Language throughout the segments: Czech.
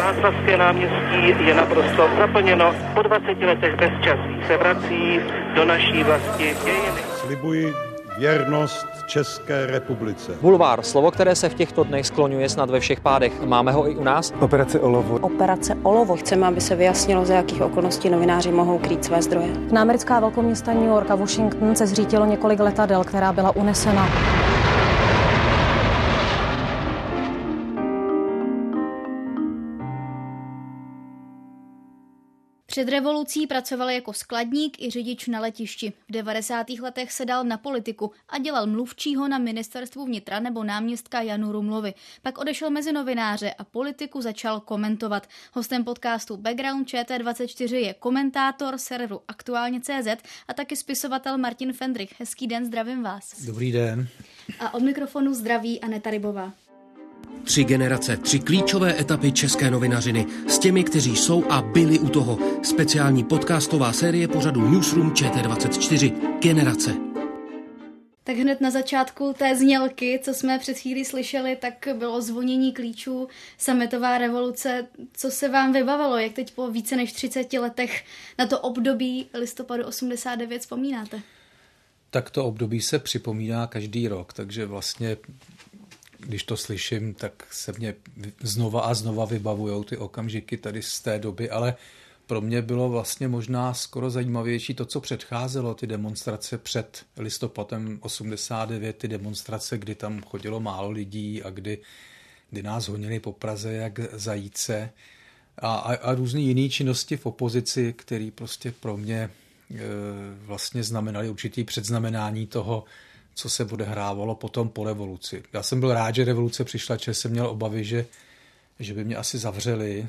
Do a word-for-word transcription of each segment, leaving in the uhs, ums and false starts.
Václavské náměstí je naprosto zaplněno. Po dvaceti letech bezčasí se vrací do naší vlasti dějiny. Slibuji věrnost České republice. Bulvár, slovo, které se v těchto dnech skloňuje snad ve všech pádech. Máme ho i u nás? Operace Olovo. Operace Olovo. Chceme, aby se vyjasnilo, za jakých okolností novináři mohou krýt své zdroje. Na americká velkoměsta New York a Washington se zřítilo několik letadel, která byla unesena. Před revolucí pracoval jako skladník i řidič na letišti. V devadesátých letech se dal na politiku a dělal mluvčího na ministerstvu vnitra nebo náměstka Janu Rumlovi. Pak odešel mezi novináře a politiku začal komentovat. Hostem podcastu Background Č T dvacet čtyři je komentátor serveru Aktuálně tečka cé zet a taky spisovatel Martin Fendrich. Hezký den, zdravím vás. Dobrý den. A od mikrofonu zdraví Aneta Rybová. Tři generace, tři klíčové etapy české novinařiny s těmi, kteří jsou a byli u toho. Speciální podcastová série pořadu Newsroom Č T dvacet čtyři. Generace. Tak hned na začátku té znělky, co jsme před chvílí slyšeli, tak bylo zvonění klíčů, sametová revoluce. Co se vám vybavilo, jak teď po více než třiceti letech na to období listopadu osmdesát devět vzpomínáte? Tak to období se připomíná každý rok, takže vlastně když to slyším, tak se mě znova a znova vybavujou ty okamžiky tady z té doby, ale pro mě bylo vlastně možná skoro zajímavější to, co předcházelo, ty demonstrace před listopadem osmdesát devět, ty demonstrace, kdy tam chodilo málo lidí a kdy, kdy nás honili po Praze jak zajíce a, a, a různé jiné činnosti v opozici, které prostě pro mě e, vlastně znamenaly určitý předznamenání toho, co se bude hrávalo potom po revoluci. Já jsem byl rád, že revoluce přišla, že jsem měl obavy, že, že by mě asi zavřeli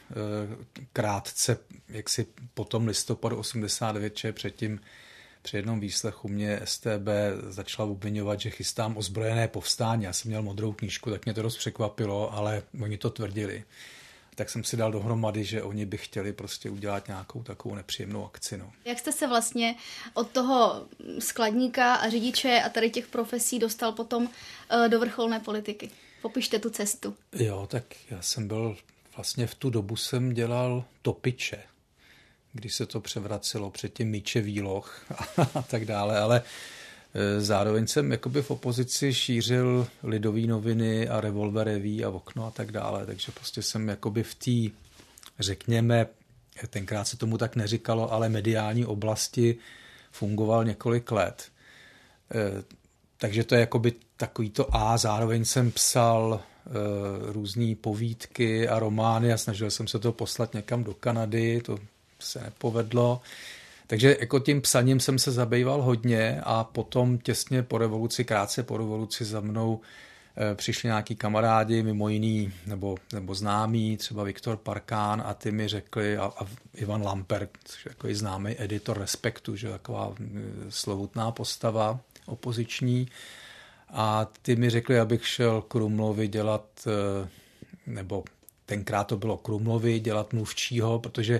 krátce, jak si po tom listopadu osmdesát devět, že předtím při jednom výslechu mě S T B začala obviňovat, že chystám ozbrojené povstání. Já jsem měl modrou knížku, tak mě to dost překvapilo, ale oni to tvrdili. Tak jsem si dal dohromady, že oni by chtěli prostě udělat nějakou takovou nepříjemnou akci. No. Jak jste se vlastně od toho skladníka a řidiče a tady těch profesí dostal potom do vrcholné politiky? Popište tu cestu. Jo, tak já jsem byl, vlastně v tu dobu jsem dělal topiče, když se to převracelo předtím míče výloh a tak dále, ale zároveň jsem jakoby v opozici šířil Lidové noviny a Revolver Revue a Okno a tak dále, takže prostě jsem jakoby v té, řekněme, tenkrát se tomu tak neříkalo, ale mediální oblasti fungoval několik let. Takže to je jakoby takový to A, zároveň jsem psal různý povídky a romány a snažil jsem se to poslat někam do Kanady, to se nepovedlo. Takže jako tím psaním jsem se zabýval hodně a potom těsně po revoluci, krátce po revoluci za mnou e, přišli nějaký kamarádi, mimo jiný, nebo, nebo známí, třeba Viktor Parkán a ty mi řekli, a, a Ivan Lampert, což je takový známý editor Respektu, že taková e, slovutná postava opoziční, a ty mi řekli, abych šel k Rumlovi dělat, e, nebo tenkrát to bylo k Rumlovi dělat mluvčího, protože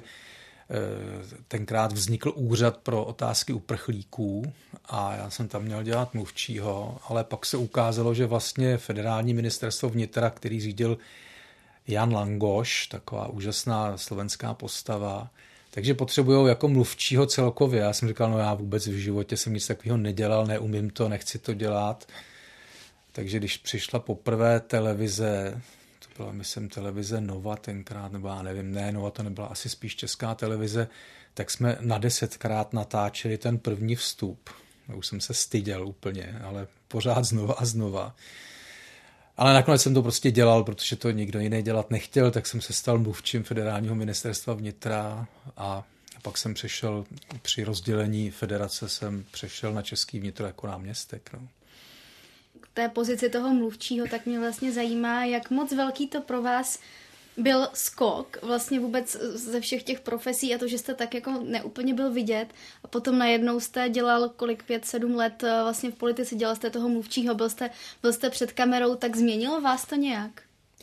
tenkrát vznikl úřad pro otázky uprchlíků a já jsem tam měl dělat mluvčího, ale pak se ukázalo, že vlastně federální ministerstvo vnitra, který řídil Jan Langoš, taková úžasná slovenská postava, takže potřebujou jako mluvčího celkově. Já jsem říkal, no já vůbec v životě jsem nic takového nedělal, neumím to, nechci to dělat. Takže když přišla poprvé televize, byla, myslím, televize Nova tenkrát, nebo já nevím, ne, Nova to nebyla, asi spíš Česká televize, tak jsme na desetkrát natáčeli ten první vstup. Už jsem se styděl úplně, ale pořád znova a znova. Ale nakonec jsem to prostě dělal, protože to nikdo jiný dělat nechtěl, tak jsem se stal mluvčím federálního ministerstva vnitra a pak jsem přešel, při rozdělení federace jsem přešel na český vnitro jako náměstek, no. Té pozici toho mluvčího, tak mě vlastně zajímá, jak moc velký to pro vás byl skok vlastně vůbec ze všech těch profesí a to, že jste tak jako neúplně byl vidět a potom najednou jste dělal kolik pět, sedm let vlastně v politice, dělal jste toho mluvčího, byl jste, byl jste před kamerou, tak změnilo vás to nějak?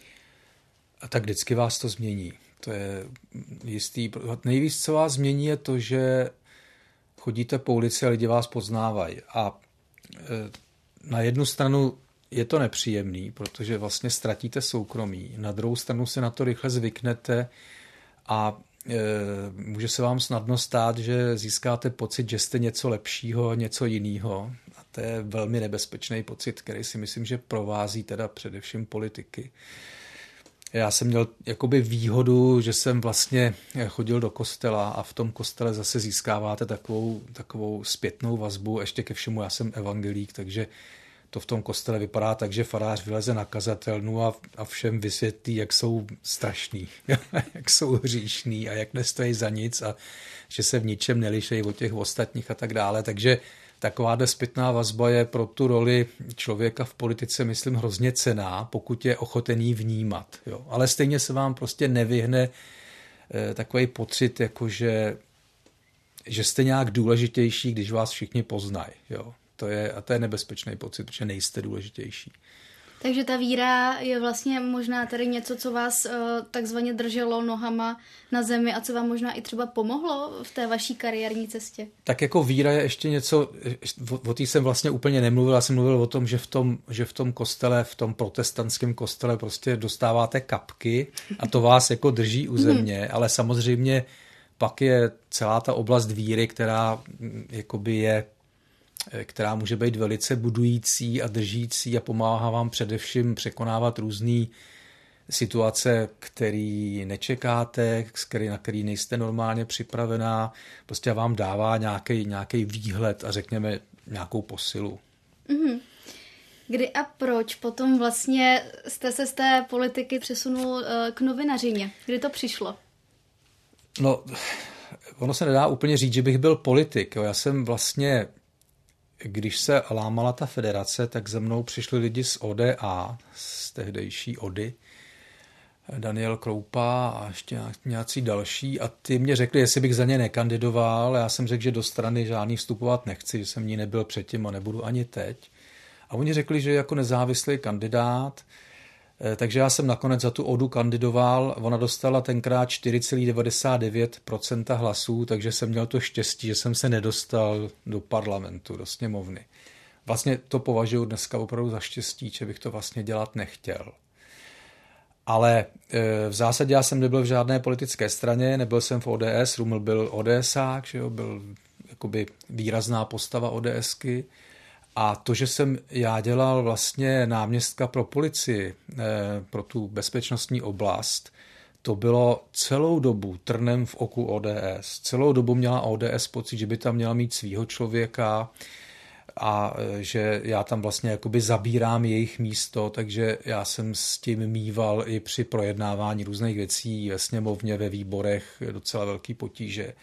A tak vždycky vás to změní. To je jistý. Nejvíc, co vás změní, je to, že chodíte po ulici a lidi vás poznávají a na jednu stranu je to nepříjemný, protože vlastně ztratíte soukromí. Na druhou stranu se na to rychle zvyknete a e, může se vám snadno stát, že získáte pocit, že jste něco lepšího, něco jiného. A to je velmi nebezpečný pocit, který si myslím, že provází teda především politiky. Já jsem měl jakoby výhodu, že jsem vlastně chodil do kostela a v tom kostele zase získáváte takovou, takovou zpětnou vazbu. Ještě ke všemu já jsem evangelík, takže to v tom kostele vypadá tak, že farář vyleze na kazatelnu a, a všem vysvětlí, jak jsou strašný, jak jsou hříšný a jak nestojí za nic a že se v ničem nelišejí od těch ostatních a tak dále. Takže takováhle zpětná vazba je pro tu roli člověka v politice, myslím, hrozně cenná, pokud je ochotený vnímat. Jo. Ale stejně se vám prostě nevyhne eh, takový pocit, jakože, že jste nějak důležitější, když vás všichni poznají. Jo. To je, a to je nebezpečný pocit, že nejste důležitější. Takže ta víra je vlastně možná tady něco, co vás uh, takzvaně drželo nohama na zemi a co vám možná i třeba pomohlo v té vaší kariérní cestě? Tak jako víra je ještě něco, o té jsem vlastně úplně nemluvil, já jsem mluvil o tom, že v tom, že v tom kostele, v tom protestantském kostele prostě dostáváte kapky a to vás jako drží u země, ale samozřejmě pak je celá ta oblast víry, která jakoby je která může být velice budující a držící a pomáhá vám především překonávat různé situace, které nečekáte, na který nejste normálně připravená, prostě vám dává nějaký, nějaký výhled a řekněme nějakou posilu. Mm-hmm. Kdy a proč potom vlastně jste se z té politiky přesunul k novinařině? Kdy to přišlo? No, ono se nedá úplně říct, že bych byl politik. Jo. Já jsem vlastně Když se lámala ta federace, tak za mnou přišli lidi z O D A, z tehdejší Ody, Daniel Kroupa a ještě nějací další a ty mě řekli, jestli bych za ně nekandidoval. Já jsem řekl, že do strany žádný vstupovat nechci, že jsem ní nebyl předtím a nebudu ani teď. A oni řekli, že jako nezávislý kandidát, takže já jsem nakonec za tu Odu kandidoval. Ona dostala tenkrát čtyři celá devadesát devět procent hlasů, takže jsem měl to štěstí, že jsem se nedostal do parlamentu, do sněmovny. Vlastně to považuji dneska opravdu za štěstí, že bych to vlastně dělat nechtěl. Ale v zásadě já jsem nebyl v žádné politické straně, nebyl jsem v O D S, Ruml byl ODSák, že jo, byl jakoby výrazná postava ODSky. A to, že jsem já dělal vlastně náměstka pro policii, pro tu bezpečnostní oblast, to bylo celou dobu trnem v oku O D S. Celou dobu měla O D S pocit, že by tam měla mít svýho člověka a že já tam vlastně jakoby zabírám jejich místo, takže já jsem s tím mýval i při projednávání různých věcí ve sněmovně, ve výborech, docela velký potíže.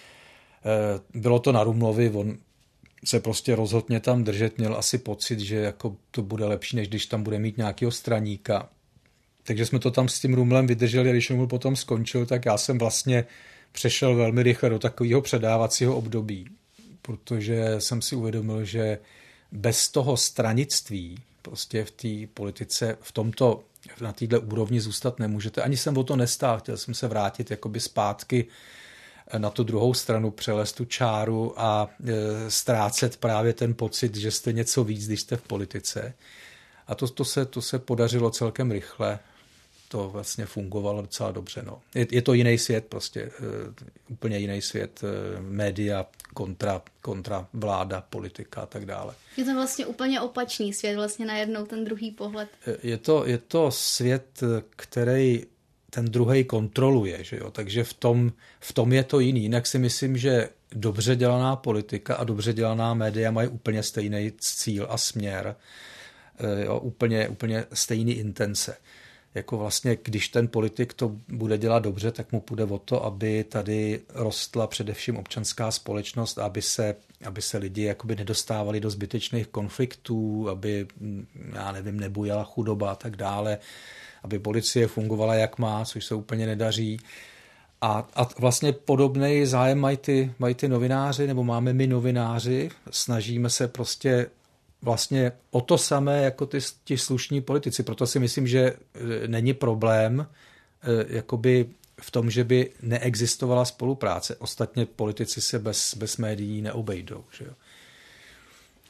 Bylo to na Rumlovi, on se prostě rozhodně tam držet, měl asi pocit, že jako to bude lepší, než když tam bude mít nějakého straníka. Takže jsme to tam s tím Rumlem vydrželi a když Ruml potom skončil, tak já jsem vlastně přešel velmi rychle do takového předávacího období, protože jsem si uvědomil, že bez toho stranictví prostě v té politice v tomto, na této úrovni zůstat nemůžete. Ani jsem o to nestál, chtěl jsem se vrátit jakoby zpátky na tu druhou stranu, přelést tu čáru a e, ztrácet právě ten pocit, že jste něco víc, když jste v politice. A to, to, se, to se podařilo celkem rychle. To vlastně fungovalo docela dobře. No. Je, je to jiný svět prostě, e, úplně jiný svět, e, média kontra, kontra vláda, politika a tak dále. Je to vlastně úplně opačný svět, vlastně najednou ten druhý pohled. Je to, je to svět, který ten druhej kontroluje, že jo? Takže v tom, v tom je to jiný. Jinak si myslím, že dobře dělaná politika a dobře dělaná média mají úplně stejný cíl a směr, jo? Úplně, úplně stejný intence. Jako vlastně, když ten politik to bude dělat dobře, tak mu půjde o to, aby tady rostla především občanská společnost, aby se, aby se lidi jakoby nedostávali do zbytečných konfliktů, aby, já nevím, nebujela chudoba a tak dále, aby policie fungovala jak má, což se úplně nedaří. A, a vlastně podobný zájem mají ty, mají ty novináři, nebo máme my novináři, snažíme se prostě vlastně o to samé jako ty, ty slušní politici. Proto si myslím, že není problém jakoby v tom, že by neexistovala spolupráce. Ostatně politici se bez, bez médií neobejdou. Že jo?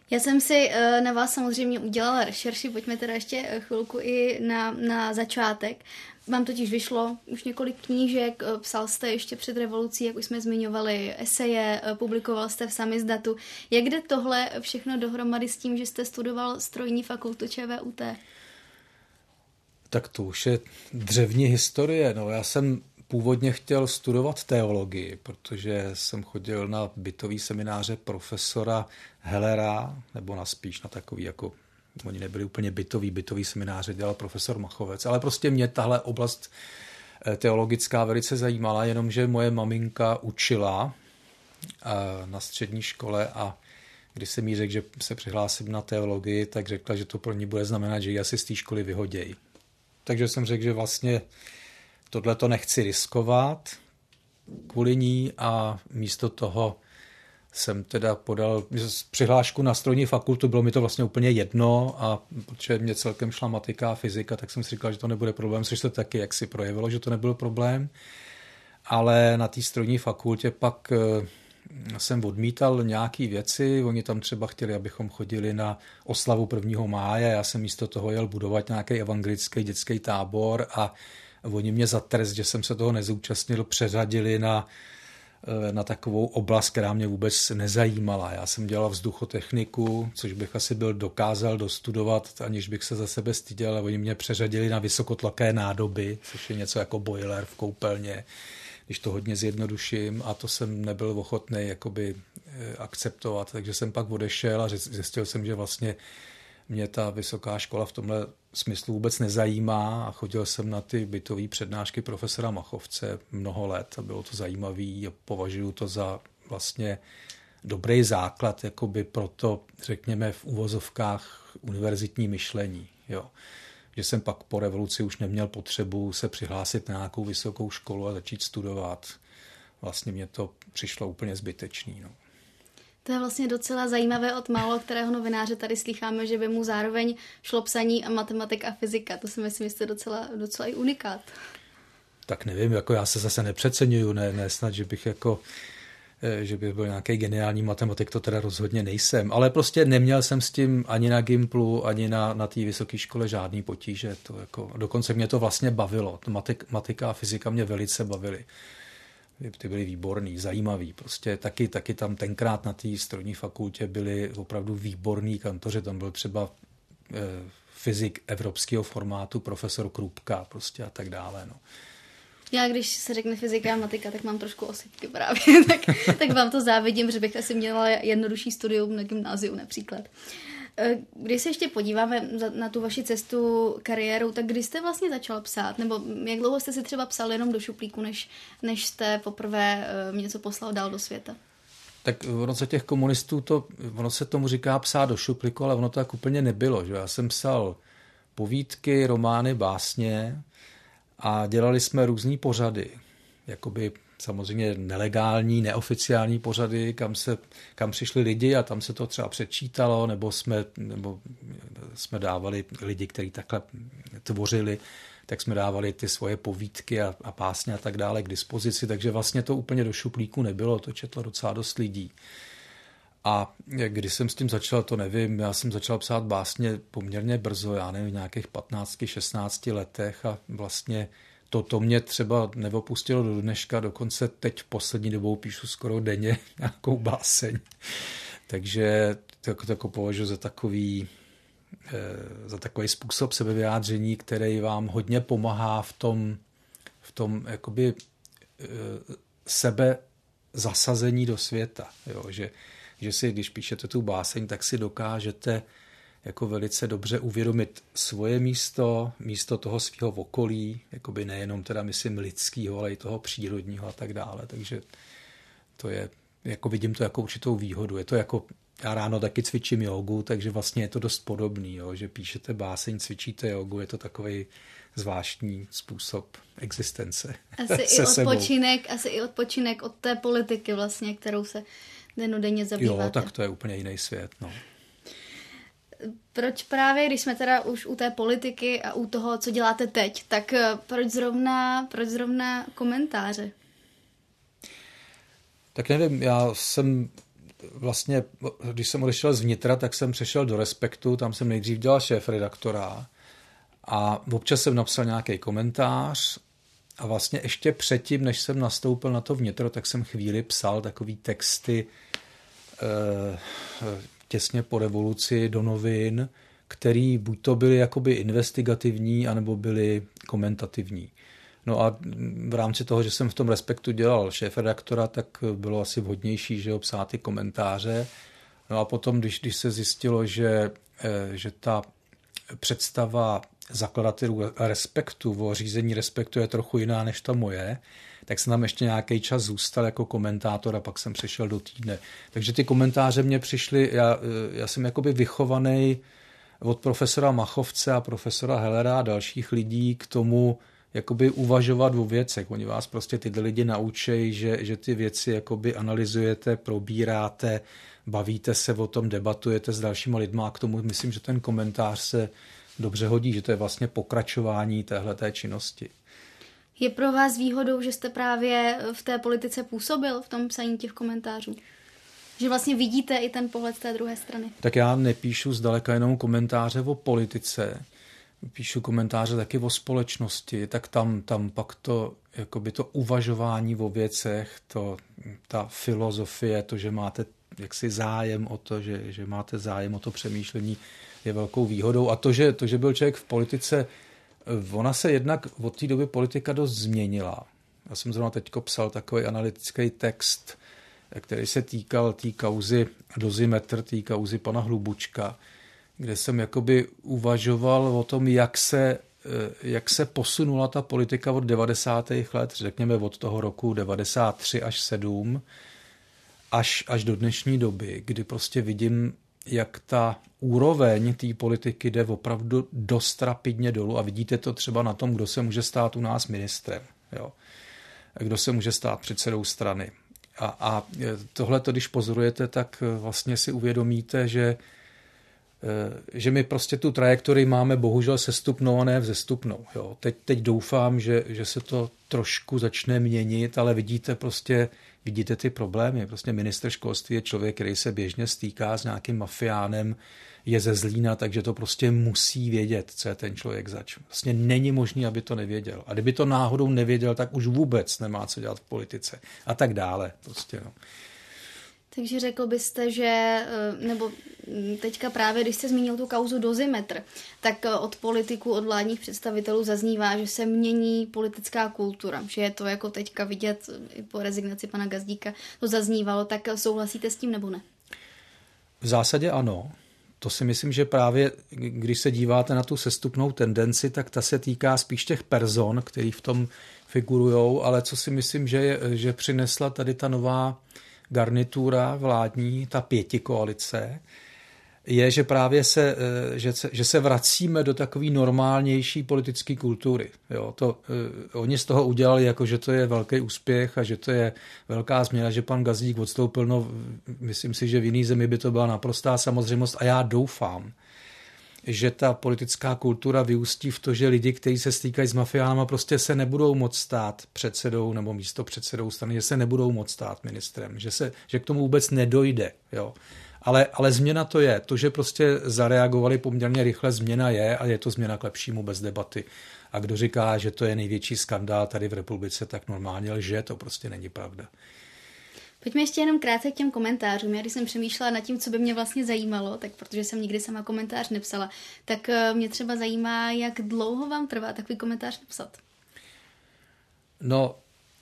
Já jsem si na vás samozřejmě udělala rešerši, pojďme teda ještě chvilku i na, na začátek. Vám totiž vyšlo už několik knížek, psal jste ještě před revolucí, jak už jsme zmiňovali, eseje, publikoval jste v samizdatu. Jak jde tohle všechno dohromady s tím, že jste studoval strojní fakultu ČVUT? Tak to už je dřevní historie. No, já jsem původně chtěl studovat teologii, protože jsem chodil na bytový semináře profesora Hellera, nebo na spíš na takový, jako oni nebyli úplně bytový, bytový semináře dělal profesor Machovec, ale prostě mě tahle oblast teologická velice zajímala, jenomže moje maminka učila na střední škole a když jsem jí řekl, že se přihlásím na teologii, tak řekla, že to pro ní bude znamenat, že ji asi z té školy vyhodějí. Takže jsem řekl, že vlastně tohle to nechci riskovat kvůli ní a místo toho jsem teda podal přihlášku na strojní fakultu, bylo mi to vlastně úplně jedno a protože mě celkem šla matika a fyzika, tak jsem si říkal, že to nebude problém, což se taky jak si projevilo, že to nebyl problém, ale na té strojní fakultě pak jsem odmítal nějaký věci, oni tam třeba chtěli, abychom chodili na oslavu prvního máje, já jsem místo toho jel budovat nějaký evangelický dětský tábor a oni mě za trest, že jsem se toho nezúčastnil, přeřadili na, na takovou oblast, která mě vůbec nezajímala. Já jsem dělal vzduchotechniku, což bych asi byl dokázal dostudovat, aniž bych se za sebe styděl, ale oni mě přeřadili na vysokotlaké nádoby, což je něco jako boiler v koupelně, když to hodně zjednoduším, a to jsem nebyl ochotný jakoby akceptovat, takže jsem pak odešel a zjistil jsem, že vlastně mě ta vysoká škola v tomhle smyslu vůbec nezajímá a chodil jsem na ty bytové přednášky profesora Machovce mnoho let a bylo to zajímavý a považuji to za vlastně dobrý základ jakoby pro to, řekněme, v uvozovkách univerzitní myšlení. Jo. Že jsem pak po revoluci už neměl potřebu se přihlásit na nějakou vysokou školu a začít studovat. Vlastně mě to přišlo úplně zbytečný. No. To je vlastně docela zajímavé, od málo kterého novináře tady slycháme, že by mu zároveň šlo psaní a matematika a fyzika. To si myslím, že je docela, docela i unikát. Tak nevím, jako já se zase nepřeceňuju, ne, ne snad, že bych jako, že bych byl nějaký geniální matematik, to teda rozhodně nejsem, ale prostě neměl jsem s tím ani na Gimplu, ani na, na té vysoké škole žádný potíže. To jako, dokonce mě to vlastně bavilo. Matik, matika a fyzika mě velice bavily. Ty byly výborný, zajímavý. Prostě taky, taky tam tenkrát na té strojní fakultě byli opravdu výborní kantoři. Tam byl třeba e, fyzik evropského formátu, profesor Krupka prostě a tak dále. No. Já, když se řekne fyzika a matika, tak mám trošku osypky právě. tak, tak vám to závidím, že bych asi měla jednodušší studium na gymnáziu například. Když se ještě podíváme na tu vaši cestu kariérou, tak kdy jste vlastně začal psát? Nebo jak dlouho jste si třeba psal jenom do šuplíku, než, než jste poprvé něco poslal dál do světa? Tak ono se těch komunistů, to, ono se tomu říká psát do šuplíku, ale ono to tak úplně nebylo. Že? Já jsem psal povídky, romány, básně a dělali jsme různý pořady. Jakoby samozřejmě nelegální, neoficiální pořady, kam, se, kam přišli lidi a tam se to třeba přečítalo, nebo jsme, nebo jsme dávali lidi, kteří takhle tvořili, tak jsme dávali ty svoje povídky a, a pásně a tak dále k dispozici, takže vlastně to úplně do šuplíku nebylo, to četlo docela dost lidí. A když jsem s tím začal, to nevím, já jsem začal psát básně poměrně brzo, já nevím, v nějakých patnácti šestnácti letech a vlastně To, to mě třeba neopustilo do dneška, dokonce teď v poslední dobou píšu skoro denně nějakou báseň. Takže to, to jako považuji za takový, za takový způsob sebevyjádření, který vám hodně pomáhá v tom, v tom jakoby sebe zasazení do světa. Jo? Že, že si, když píšete tu báseň, tak si dokážete jako velice dobře uvědomit svoje místo, místo toho svého okolí, jakoby nejenom teda myslím lidského, ale i toho přírodního a tak dále. Takže to je, jako vidím to jako určitou výhodu. Je to jako, já ráno taky cvičím jogu, takže vlastně je to dost podobný, jo, že píšete báseň, cvičíte jogu, je to takový zvláštní způsob existence. Asi i odpočinek, asi i odpočinek od té politiky vlastně, kterou se dennodenně zabýváte. Jo, tak to je úplně jiný svět, no. Proč právě, když jsme teda už u té politiky a u toho, co děláte teď, tak proč zrovna, proč zrovna komentáře? Tak nevím, já jsem vlastně, když jsem odešel z Vnitra, tak jsem přešel do Respektu, tam jsem nejdřív dělal šéfredaktora a občas jsem napsal nějaký komentář a vlastně ještě předtím, než jsem nastoupil na to Vnitro, tak jsem chvíli psal takový texty eh, těsně po revoluci do novin, který buď to byly jakoby investigativní, anebo byly komentativní. No a v rámci toho, že jsem v tom Respektu dělal šéfredaktora, tak bylo asi vhodnější, že ho psát ty komentáře. No a potom, když, když se zjistilo, že, že ta představa zakladatelů Respektu o řízení Respektu je trochu jiná než ta moje, tak jsem tam ještě nějaký čas zůstal jako komentátor a pak jsem přešel do Týdne. Takže ty komentáře mě přišly, já, já jsem jakoby vychovaný od profesora Machovce a profesora Hellera a dalších lidí k tomu jakoby uvažovat o věcech. Oni vás prostě tyhle lidi naučí, že, že ty věci jakoby analyzujete, probíráte, bavíte se o tom, debatujete s dalšíma lidma a k tomu myslím, že ten komentář se dobře hodí, že to je vlastně pokračování téhleté činnosti. Je pro vás výhodou, že jste právě v té politice působil, v tom psaní těch komentářů? Že vlastně vidíte i ten pohled z té druhé strany? Tak já nepíšu zdaleka jenom komentáře o politice, píšu komentáře taky o společnosti, tak tam, tam pak to, jakoby to uvažování o věcech, to, ta filozofie, to, že máte jaksi zájem o to, že, že máte zájem o to přemýšlení, je velkou výhodou. A to, že, to, že byl člověk v politice, ona se jednak od té doby politika dost změnila. Já jsem zrovna teďko psal takový analytický text, který se týkal té kauzy Dozimetr, té kauzy pana Hlubučka, kde jsem jakoby uvažoval o tom, jak se, jak se posunula ta politika od devadesátých let, řekněme od toho roku devadesát tři až sedm, až, až do dnešní doby, kdy prostě vidím, jak ta úroveň té politiky jde opravdu dost rapidně dolů a vidíte to třeba na tom, kdo se může stát u nás ministrem, jo? Kdo se může stát předsedou strany. A, a tohle, když pozorujete, tak vlastně si uvědomíte, že, že my prostě tu trajektorii máme bohužel sestupnou a ne vzestupnou. Jo. Teď, teď doufám, že, že se to trošku začne měnit, ale vidíte prostě, vidíte ty problémy. Prostě ministr školství je člověk, který se běžně stýká s nějakým mafiánem, je ze Zlína, takže to prostě musí vědět, co je ten člověk zač. Vlastně není možný, aby to nevěděl. A kdyby to náhodou nevěděl, tak už vůbec nemá co dělat v politice. A tak dále. Prostě, no. Takže řekl byste, že, nebo teďka právě, když jste zmínil tu kauzu Dozimetr, tak od politiků, od vládních představitelů zaznívá, že se mění politická kultura, že je to jako teďka vidět i po rezignaci pana Gazdíka, to zaznívalo, tak souhlasíte s tím nebo ne? V zásadě ano. To si myslím, že právě, když se díváte na tu sestupnou tendenci, tak ta se týká spíš těch person, který v tom figurujou, ale co si myslím, že, je, že přinesla tady ta nová garnitura vládní, ta pětikoalice, je, že právě se, že se, že se vracíme do takové normálnější politické kultury. Jo, to, uh, oni z toho udělali, jako, že to je velký úspěch a že to je velká změna, že pan Gazdík odstoupil. No, myslím si, že v jiný zemi by to byla naprostá samozřejmost a já doufám, že ta politická kultura vyústí v to, že lidi, kteří se stýkají s mafiánama, prostě se nebudou moct stát předsedou nebo místopředsedou strany, že se nebudou moct stát ministrem, že, se, že k tomu vůbec nedojde. Jo. Ale, ale změna to je. To, že prostě zareagovali poměrně rychle, změna je a je to změna k lepšímu bez debaty. A kdo říká, že to je největší skandál tady v republice, tak normálně lže, to prostě není pravda. Pojďme ještě jenom krátce k těm komentářům. Já když jsem přemýšlela nad tím, co by mě vlastně zajímalo, tak protože jsem nikdy sama komentář nepsala, tak mě třeba zajímá, jak dlouho vám trvá takový komentář napsat? No,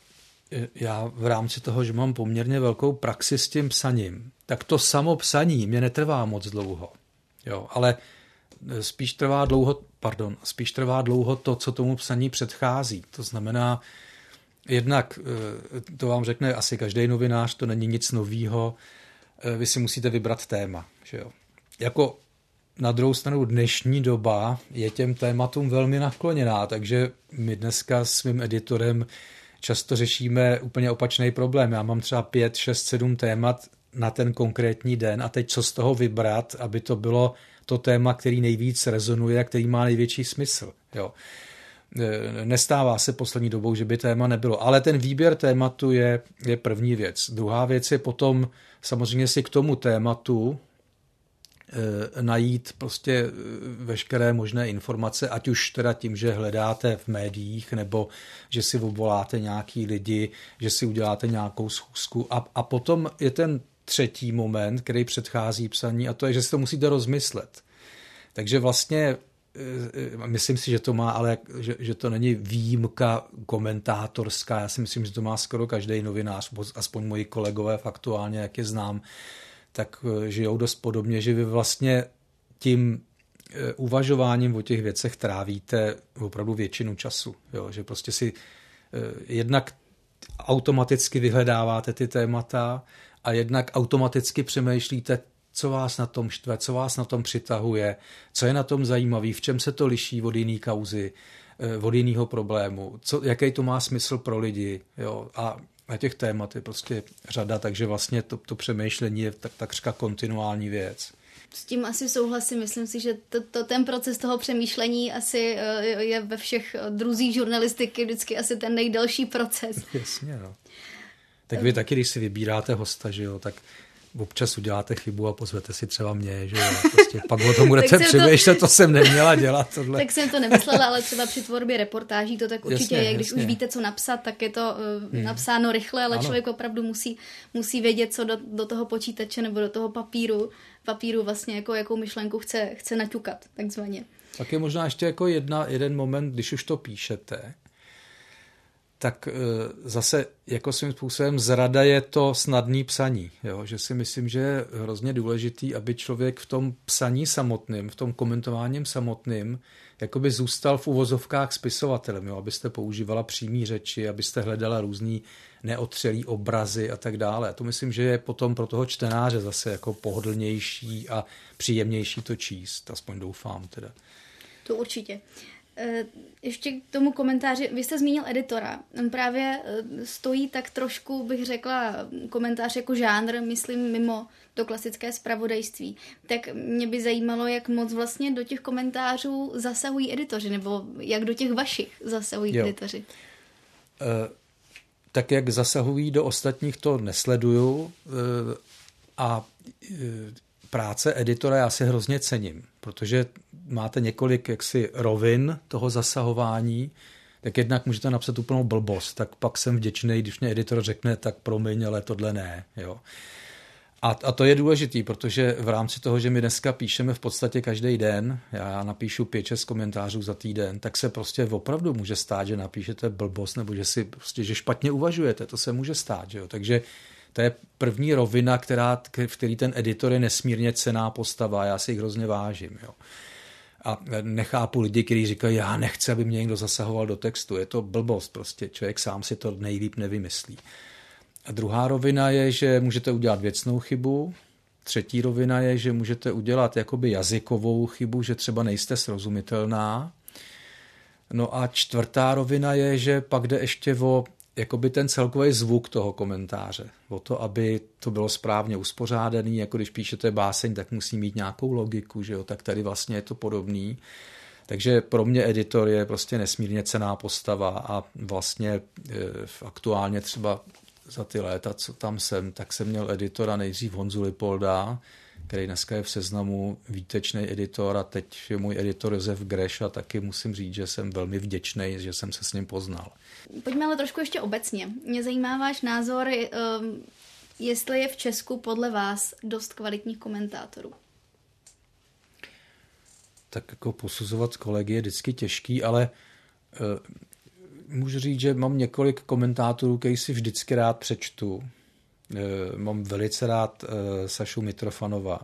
já v rámci toho, že mám poměrně velkou praxi s tím psaním, tak to samo psaní mě netrvá moc dlouho. Jo, ale spíš trvá dlouho, pardon, spíš trvá dlouho to, co tomu psaní předchází. To znamená, jednak, to vám řekne asi každý novinář, to není nic novýho, vy si musíte vybrat téma. Že jo. Jako na druhou stranu dnešní doba je těm tématům velmi nakloněná, takže my dneska s svým editorem často řešíme úplně opačný problém. Já mám třeba pět, šest, sedm témat na ten konkrétní den a teď co z toho vybrat, aby to bylo to téma, který nejvíc rezonuje a který má největší smysl. Jo. nestává se poslední dobou, že by téma nebylo. Ale ten výběr tématu je, je první věc. Druhá věc je potom samozřejmě si k tomu tématu e, najít prostě veškeré možné informace, ať už teda tím, že hledáte v médiích, nebo že si obvoláte nějaký lidi, že si uděláte nějakou schůzku. A, a potom je ten třetí moment, který předchází psaní, a to je, že si to musíte rozmyslet. Takže vlastně myslím si, že to má, ale že, že to není výjimka komentátorská. Já si myslím, že to má skoro každý novinář, aspoň moji kolegové faktuálně, jak je znám, tak žijou dost podobně, že vy vlastně tím uvažováním o těch věcech trávíte opravdu většinu času. Jo? Že prostě si jednak automaticky vyhledáváte ty témata a jednak automaticky přemýšlíte, co vás na tom štve, co vás na tom přitahuje, co je na tom zajímavý, v čem se to liší od jiný kauzy, od jiného problému, co, jaký to má smysl pro lidi. Jo? A na těch témat je prostě řada, takže vlastně to, to přemýšlení je tak, takřka kontinuální věc. S tím asi souhlasím. Myslím si, že to, to, ten proces toho přemýšlení asi je ve všech druzích žurnalistiky vždycky asi ten nejdelší proces. Jasně, no. Tak vy taky, když si vybíráte hosta, že jo, tak občas uděláte chybu a pozvete si třeba mě, že jo, prostě pak o tom budete přemýšlet, to... to jsem neměla dělat. Tohle. Tak jsem to nemyslela, ale třeba při tvorbě reportáží to tak určitě jasně, je, když jasně. už víte, co napsat, tak je to uh, hmm. napsáno rychle, ale ano. Člověk opravdu musí, musí vědět, co do, do toho počítače nebo do toho papíru, papíru vlastně jako jakou myšlenku chce, chce naťukat, takzvaně. Tak je možná ještě jako jedna, jeden moment, když už to píšete, tak zase jako svým způsobem zrada je to snadný psaní. Jo? Že si myslím, že je hrozně důležitý, aby člověk v tom psaní samotným, v tom komentováním samotným, jakoby zůstal v uvozovkách spisovatelem, jo? Abyste používala přímý řeči, abyste hledala různý neotřelý obrazy a tak dále. A to myslím, že je potom pro toho čtenáře zase jako pohodlnější a příjemnější to číst, aspoň doufám teda. To určitě. Ještě k tomu komentáři, vy jste zmínil editora, on právě stojí tak trošku, bych řekla, komentář jako žánr, myslím mimo to klasické zpravodajství. Tak mě by zajímalo, jak moc vlastně do těch komentářů zasahují editoři, nebo jak do těch vašich zasahují jo. editoři. Uh, tak jak zasahují do ostatních, to nesleduju uh, a uh, práce editora já si hrozně cením, protože máte několik jaksi rovin toho zasahování, tak jednak můžete napsat úplnou blbost, tak pak jsem vděčný, když mě editor řekne, tak promiň, ale tohle ne. Jo. A, a to je důležitý, protože v rámci toho, že my dneska píšeme v podstatě každý den, já napíšu pět, šest komentářů za týden, tak se prostě opravdu může stát, že napíšete blbost, nebo že si prostě, že špatně uvažujete, to se může stát. Že jo. Takže to je první rovina, která, v který ten editor je nesmírně cenná postava, já si jich hrozně vážím. Jo. A nechápu lidi, kteří říkají, já nechci, aby mě někdo zasahoval do textu. Je to blbost prostě, člověk sám si to nejlíp nevymyslí. A druhá rovina je, že můžete udělat věcnou chybu. Třetí rovina je, že můžete udělat jakoby jazykovou chybu, že třeba nejste srozumitelná. No a čtvrtá rovina je, že pak jde ještě o jakoby ten celkový zvuk toho komentáře. O to, aby to bylo správně uspořádaný, jako když píšete báseň, tak musí mít nějakou logiku, že jo? Tak tady vlastně je to podobný. Takže pro mě editor je prostě nesmírně cenná postava a vlastně e, aktuálně třeba za ty léta, co tam jsem, tak jsem měl editora nejdřív Honzu Lipolda, který dneska je v Seznamu výtečný editor a teď je můj editor Josef Greš a taky musím říct, že jsem velmi vděčný, že jsem se s ním poznal. Pojďme ale trošku ještě obecně. Mě zajímá váš názor, jestli je v Česku podle vás dost kvalitních komentátorů. Tak jako posuzovat kolegy je vždycky těžký, ale můžu říct, že mám několik komentátorů, který si vždycky rád přečtu. Mám velice rád Sašu Mitrofanova.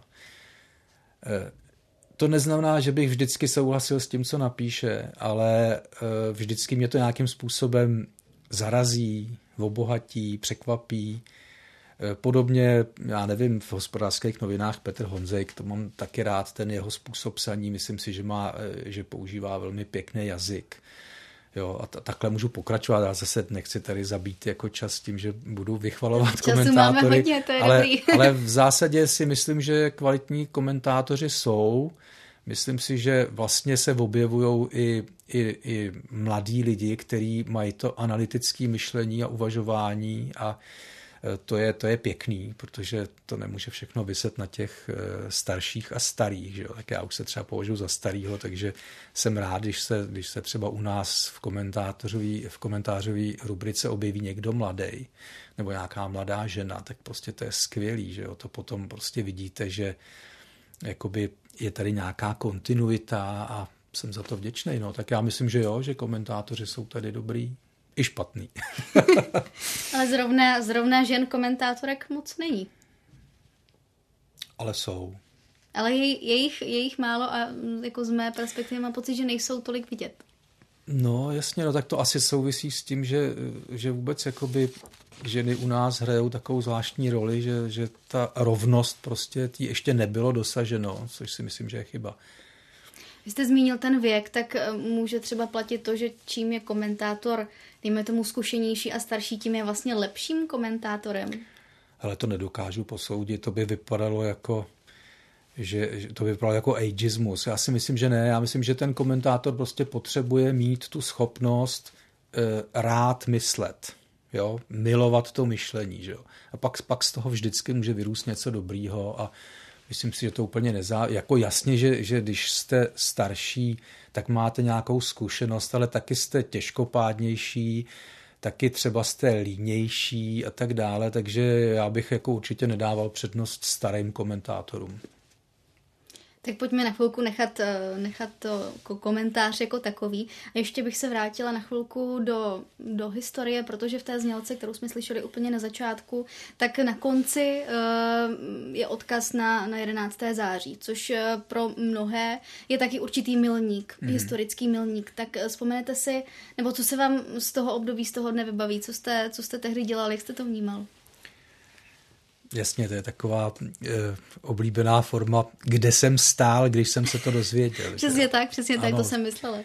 To neznamená, že bych vždycky souhlasil s tím, co napíše, ale vždycky mě to nějakým způsobem zarazí, obohatí, překvapí. Podobně, já nevím, v Hospodářských novinách Petr Honzejk, to mám taky rád, ten jeho způsob psaní, myslím si, že, má, že používá velmi pěkný jazyk. Jo, a t- takhle můžu pokračovat, já zase nechci tady zabít jako čas tím, že budu vychvalovat času komentátory, hodně, to je ale, dobrý. ale v zásadě si myslím, že kvalitní komentátoři jsou. myslím si, že vlastně se objevují i, i, i mladí lidi, kteří mají to analytické myšlení a uvažování a to je, to je pěkný, protože to nemůže všechno viset na těch starších a starých. Že jo? Tak já už se třeba považuji za starýho, takže jsem rád, když se, když se třeba u nás v komentářové v komentářové rubrice objeví někdo mladý nebo nějaká mladá žena, tak prostě to je skvělý. Že jo? To potom prostě vidíte, že jakoby je tady nějaká kontinuita a jsem za to vděčný. No. Tak já myslím, že jo, že komentátoři jsou tady dobrý i špatný. Ale zrovna, zrovna žen komentátorek moc není. Ale jsou. Ale je, je, jich, je jich málo a jako z mé perspektivy mám pocit, že nejsou tolik vidět. No jasně, no tak to asi souvisí s tím, že, že vůbec jakoby ženy u nás hrajou takovou zvláštní roli, že, že ta rovnost prostě tý ještě nebylo dosaženo, což si myslím, že je chyba. Vy jste zmínil ten věk, tak může třeba platit to, že čím je komentátor, dejme tomu zkušenější a starší, tím je vlastně lepším komentátorem? Ale to nedokážu posoudit, to by vypadalo jako, že, že to by vypadalo jako ageismus. Já si myslím, že ne, já myslím, že ten komentátor prostě potřebuje mít tu schopnost e, rád myslet, jo? Milovat to myšlení, že jo? A pak, pak z toho vždycky může vyrůst něco dobrýho a myslím si, že to úplně nezá... Jako jasně, že, že když jste starší, tak máte nějakou zkušenost, ale taky jste těžkopádnější, taky třeba jste línější a tak dále, takže já bych jako určitě nedával přednost starým komentátorům. Tak pojďme na chvilku nechat, nechat to komentář jako takový. A ještě bych se vrátila na chvilku do, do historie, protože v té znělce, kterou jsme slyšeli úplně na začátku, tak na konci uh, je odkaz na, na jedenácté září, což pro mnohé je taky určitý milník, mm. historický milník. Tak vzpomenete si, nebo co se vám z toho období, z toho dne vybaví, co jste, co jste tehdy dělali, jak jste to vnímal? Jasně, to je taková e, oblíbená forma, kde jsem stál, když jsem se to dozvěděl. Přesně že? tak, přesně ano. tak, to jsem myslela.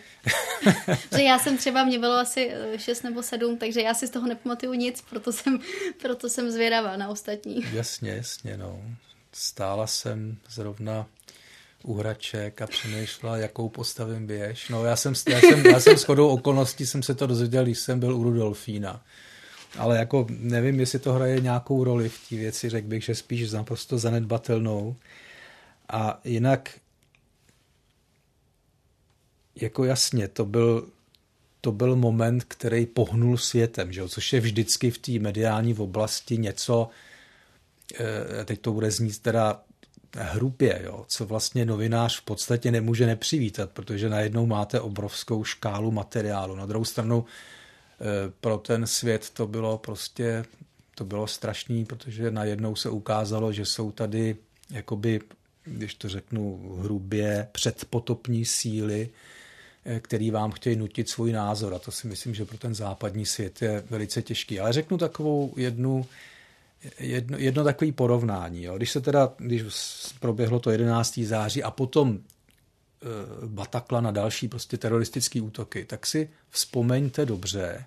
Že já jsem třeba, mě bylo asi šest nebo sedm, takže já si z toho nepamatuju nic, proto jsem, proto jsem zvědavá na ostatní. Jasně, jasně, no. Stála jsem zrovna u hraček a přemýšlela, jakou postavím věž. No já jsem, já jsem, já jsem shodou okolností jsem se to dozvěděl, když jsem byl u Rudolfína. Ale jako nevím, jestli to hraje nějakou roli v té věci, řekl bych, že spíš naprosto zanedbatelnou. A jinak, jako jasně, to byl, to byl moment, který pohnul světem, že jo? Což je vždycky v té mediální oblasti něco, teď to bude znít teda hrubě, jo? Co vlastně novinář v podstatě nemůže nepřivítat, protože najednou máte obrovskou škálu materiálu. Na druhou stranu pro ten svět to bylo prostě, to bylo strašný, protože najednou se ukázalo, že jsou tady, jakoby, když to řeknu hrubě, předpotopní síly, který vám chtějí nutit svůj názor. A to si myslím, že pro ten západní svět je velice těžký. Ale řeknu takovou jednu, jedno, jedno takové porovnání. Jo. Když se teda, když proběhlo to jedenáctého září a potom Bataclan a další prostě teroristické útoky, tak si vzpomeňte dobře,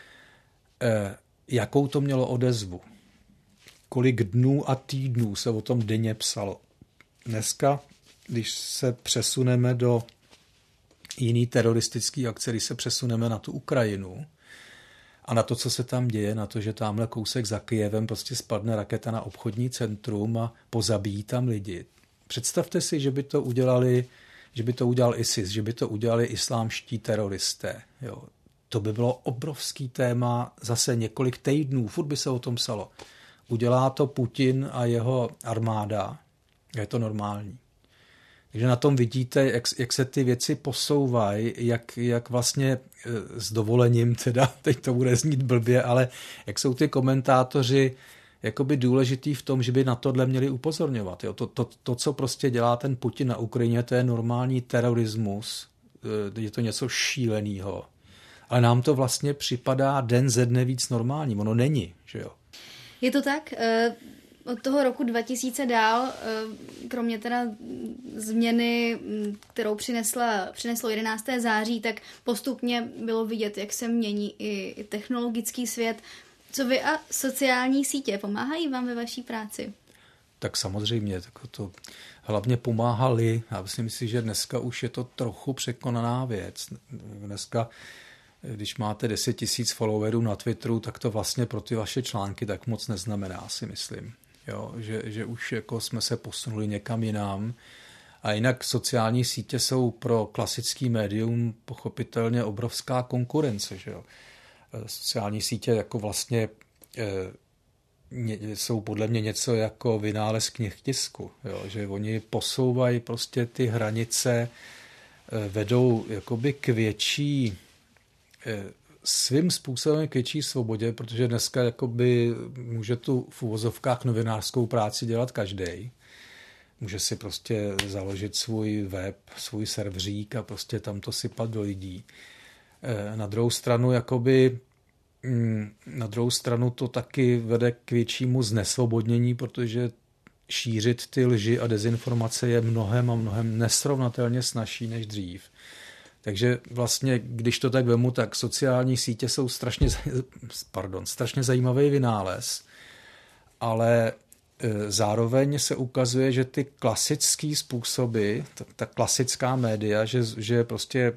jakou to mělo odezvu. Kolik dnů a týdnů se o tom denně psalo. Dneska, když se přesuneme do jiný teroristický akce, když se přesuneme na tu Ukrajinu a na to, co se tam děje, na to, že tamhle kousek za Kyjevem prostě spadne raketa na obchodní centrum a pozabíjí tam lidi. Představte si, že by to udělali že by to udělal ISIS, že by to udělali islámští teroristé. Jo. To by bylo obrovský téma, zase několik týdnů, furt by se o tom psalo. Udělá to Putin a jeho armáda, je to normální. Takže na tom vidíte, jak, jak se ty věci posouvají, jak, jak vlastně s dovolením, teda teď to bude znít blbě, ale jak jsou ty komentátoři jakoby důležitý v tom, že by na tohle měli upozorňovat. Jo? To, to, to, co prostě dělá ten Putin na Ukrajině, to je normální terorismus, je to něco šílenýho. Ale nám to vlastně připadá den ze dne víc normální. Ono není, že jo? Je to tak? Od toho roku dva tisíce dál, kromě teda změny, kterou přinesla, přineslo jedenácté září, tak postupně bylo vidět, jak se mění i technologický svět. Co vy a sociální sítě pomáhají vám ve vaší práci? tak samozřejmě tak to hlavně pomáhali. Já myslím si, že dneska už je to trochu překonaná věc. Dneska, když máte deset tisíc followerů na Twitteru, tak to vlastně pro ty vaše články tak moc neznamená, si myslím. Jo, že, že už jako jsme se posunuli někam jinam. A jinak sociální sítě jsou pro klasický médium pochopitelně obrovská konkurence. Že jo? Sociální sítě jako vlastně e, jsou podle mě něco jako vynález knihtisku. Jo? Že oni posouvají prostě ty hranice, e, vedou jakoby k větší, e, svým způsobem k větší svobodě, protože dneska jakoby může tu v uvozovkách novinářskou práci dělat každej. Může si prostě založit svůj web, svůj serverík a prostě tam to sypat do lidí. Na druhou stranu, jakoby, na druhou stranu to taky vede k většímu znesvobodnění, protože šířit ty lži a dezinformace je mnohem a mnohem nesrovnatelně snazší než dřív. Takže vlastně, když to tak vemu, tak sociální sítě jsou strašně, pardon, strašně zajímavý vynález, ale zároveň se ukazuje, že ty klasické způsoby, ta, ta klasická média, že, že prostě e,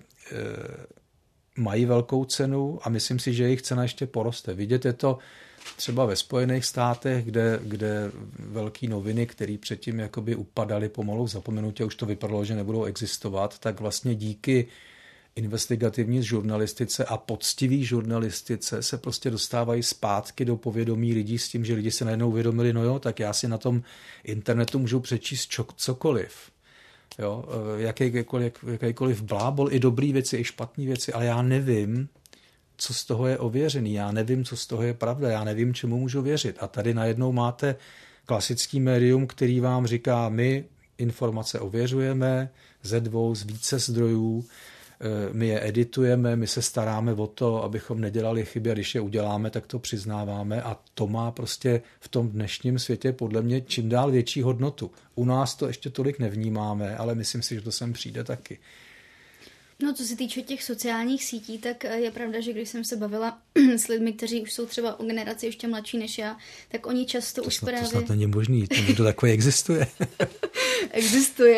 mají velkou cenu a myslím si, že jejich cena ještě poroste. Vidět je to třeba ve Spojených státech, kde, kde velké noviny, které předtím jakoby upadaly pomalu v zapomenutí, už to vypadalo, že nebudou existovat, tak vlastně díky investigativní žurnalistice a poctivý žurnalistice se prostě dostávají zpátky do povědomí lidí s tím, že lidi se najednou uvědomili, no jo, tak já si na tom internetu můžu přečíst čo, cokoliv. Jo, jakýkoliv, jakýkoliv blábol, i dobrý věci, i špatný věci, ale já nevím, co z toho je ověřený, já nevím, co z toho je pravda, já nevím, čemu můžu věřit. A tady najednou máte klasický médium, který vám říká, my informace ověřujeme ze dvou, z více zdrojů, my je editujeme, my se staráme o to, abychom nedělali chyby a když je uděláme, tak to přiznáváme a to má prostě v tom dnešním světě podle mě čím dál větší hodnotu. U nás to ještě tolik nevnímáme, ale myslím si, že to sem přijde taky. No, co se týče těch sociálních sítí, tak je pravda, že když jsem se bavila s lidmi, kteří už jsou třeba o generaci ještě mladší než já, tak oni často to už snad, právě... To snad není možný, to někdo takový existuje. Existuje.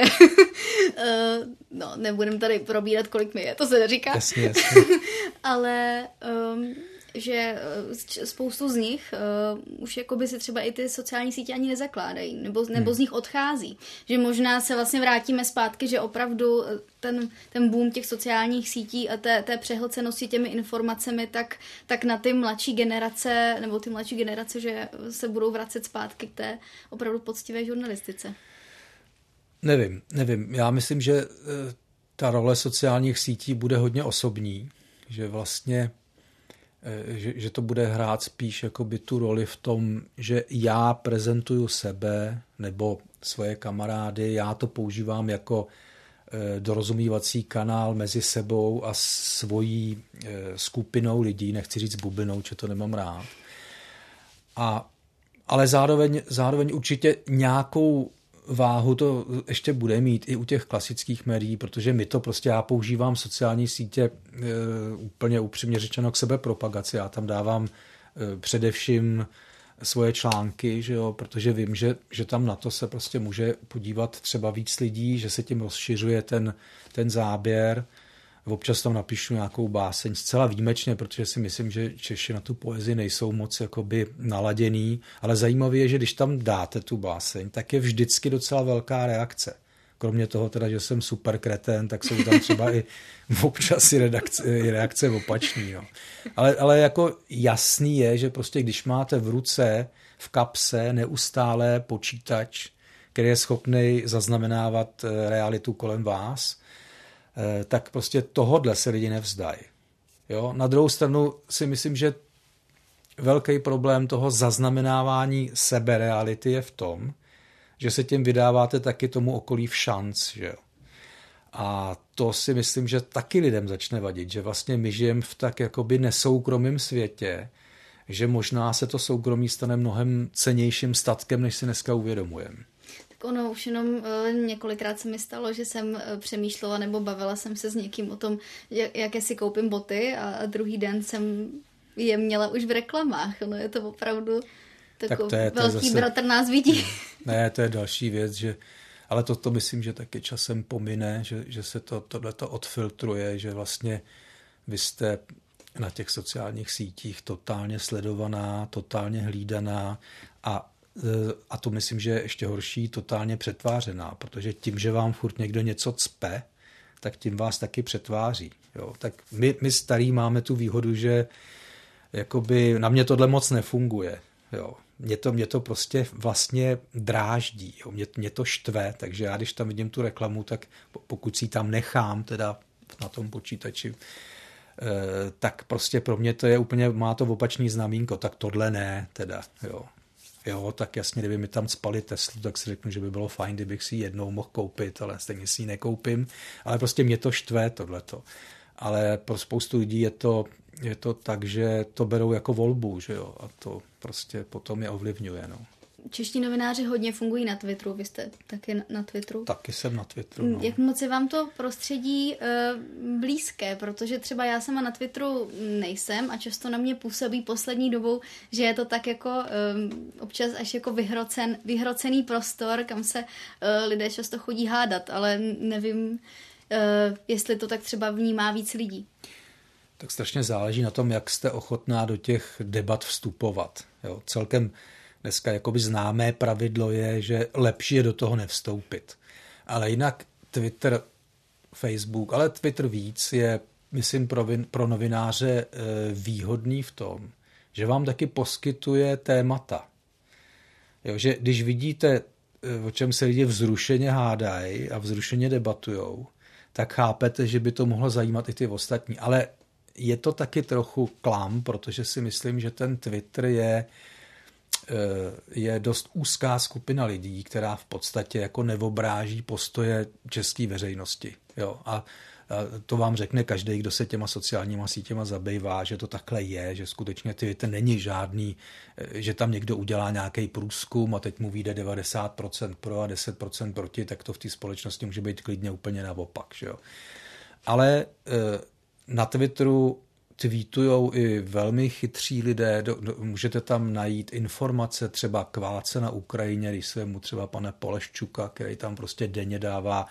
No, nebudem tady probírat, kolik mi je, to se neříká. Jasně, jasně. Ale... Um, že spoustu z nich uh, už jakoby si třeba i ty sociální sítě ani nezakládají, nebo, nebo hmm. z nich odchází. Že možná se vlastně vrátíme zpátky, že opravdu ten, ten boom těch sociálních sítí a té, té přehlcenosti těmi informacemi, tak, tak na ty mladší generace, nebo ty mladší generace, že se budou vracet zpátky k té opravdu poctivé žurnalistice. Nevím, nevím. Já myslím, že ta role sociálních sítí bude hodně osobní, že vlastně Že, že to bude hrát spíš jakoby tu roli v tom, že já prezentuju sebe nebo svoje kamarády, já to používám jako e, dorozumívací kanál mezi sebou a svojí e, skupinou lidí, nechci říct bublinou, že to nemám rád. A, ale zároveň, zároveň určitě nějakou váhu to ještě bude mít i u těch klasických médií, protože my to prostě, já používám sociální sítě e, úplně upřímně řečeno k sebepropagaci. Já tam dávám e, především svoje články, že jo, protože vím, že, že tam na to se prostě může podívat třeba víc lidí, že se tím rozšiřuje ten, ten záběr. Občas tam napíšu nějakou báseň zcela výjimečně, protože si myslím, že Češi na tu poezii nejsou moc jakoby naladěný, ale zajímavé je, že když tam dáte tu báseň, tak je vždycky docela velká reakce. Kromě toho teda, že jsem super kretén, tak jsou tam třeba i občas i, redakce, i reakce opačný. No. Ale, ale jako jasný je, že prostě když máte v ruce, v kapse neustále počítač, který je schopný zaznamenávat realitu kolem vás, tak prostě tohodle se lidi nevzdají. Jo? Na druhou stranu si myslím, že velký problém toho zaznamenávání sebereality je v tom, že se tím vydáváte taky tomu okolí v šanc. Že jo? A to si myslím, že taky lidem začne vadit, že vlastně my žijeme v tak jakoby nesoukromém světě, že možná se to soukromí stane mnohem cennějším statkem, než si dneska uvědomujeme. Ono už jenom uh, několikrát se mi stalo, že jsem uh, přemýšlela nebo bavila jsem se s někým o tom, jaké si koupím boty a, a druhý den jsem je měla už v reklamách. No je to opravdu... Tak, tak to je, to velký je zase, bratr nás vidí. Ne, to je další věc, že, ale to, to myslím, že taky časem pomine, že, že se to, tohleto odfiltruje, že vlastně vy jste na těch sociálních sítích totálně sledovaná, totálně hlídaná a, a to myslím, že je ještě horší, totálně přetvářená, protože tím, že vám furt někdo něco cpe, tak tím vás taky přetváří. Jo. Tak my, my starí máme tu výhodu, že jakoby na mě tohle moc nefunguje. Jo. Mě to, mě to prostě vlastně dráždí, jo. Mě, mě to štve, takže já když tam vidím tu reklamu, tak pokud si ji tam nechám teda na tom počítači, eh, tak prostě pro mě to je úplně, má to opačný znamínko, tak tohle ne teda, jo. Jo, tak jasně, kdyby mi tam spali Teslu, tak si řeknu, že by bylo fajn, kdybych si ji jednou mohl koupit, ale stejně si ji nekoupím, ale prostě mě to štve tohleto. Ale pro spoustu lidí je to, je to tak, že to berou jako volbu, že jo, a to prostě potom je ovlivňuje, no. Čeští novináři hodně fungují na Twitteru, vy jste taky na Twitteru. Taky jsem na Twitteru, no. Jak moc je vám to prostředí uh, blízké, protože třeba já sama na Twitteru nejsem a často na mě působí poslední dobou, že je to tak jako um, občas až jako vyhrocen, vyhrocený prostor, kam se uh, lidé často chodí hádat, ale nevím, uh, jestli to tak třeba vnímá víc lidí. Tak strašně záleží na tom, jak jste ochotná do těch debat vstupovat. Jo, celkem dneska jakoby známé pravidlo je, že lepší je do toho nevstoupit. Ale jinak Twitter, Facebook, ale Twitter víc je, myslím, pro, vin, pro novináře výhodný v tom, že vám taky poskytuje témata. Jo, že když vidíte, o čem se lidi vzrušeně hádají a vzrušeně debatujou, tak chápete, že by to mohlo zajímat i ty ostatní. Ale je to taky trochu klam, protože si myslím, že ten Twitter je je dost úzká skupina lidí, která v podstatě jako nevobráží postoje české veřejnosti. Jo? A to vám řekne každý, kdo se těma sociálníma sítěma zabývá, že to takhle je, že skutečně Twitter není žádný, že tam někdo udělá nějaký průzkum a teď mu vyjde devadesát procent pro a deset procent proti, tak to v té společnosti může být klidně úplně naopak. Že jo? Ale na Twitteru tweetujou i velmi chytří lidé, do, do, můžete tam najít informace třeba k válce na Ukrajině, když se mu třeba pane Poleščuka, který tam prostě denně dává,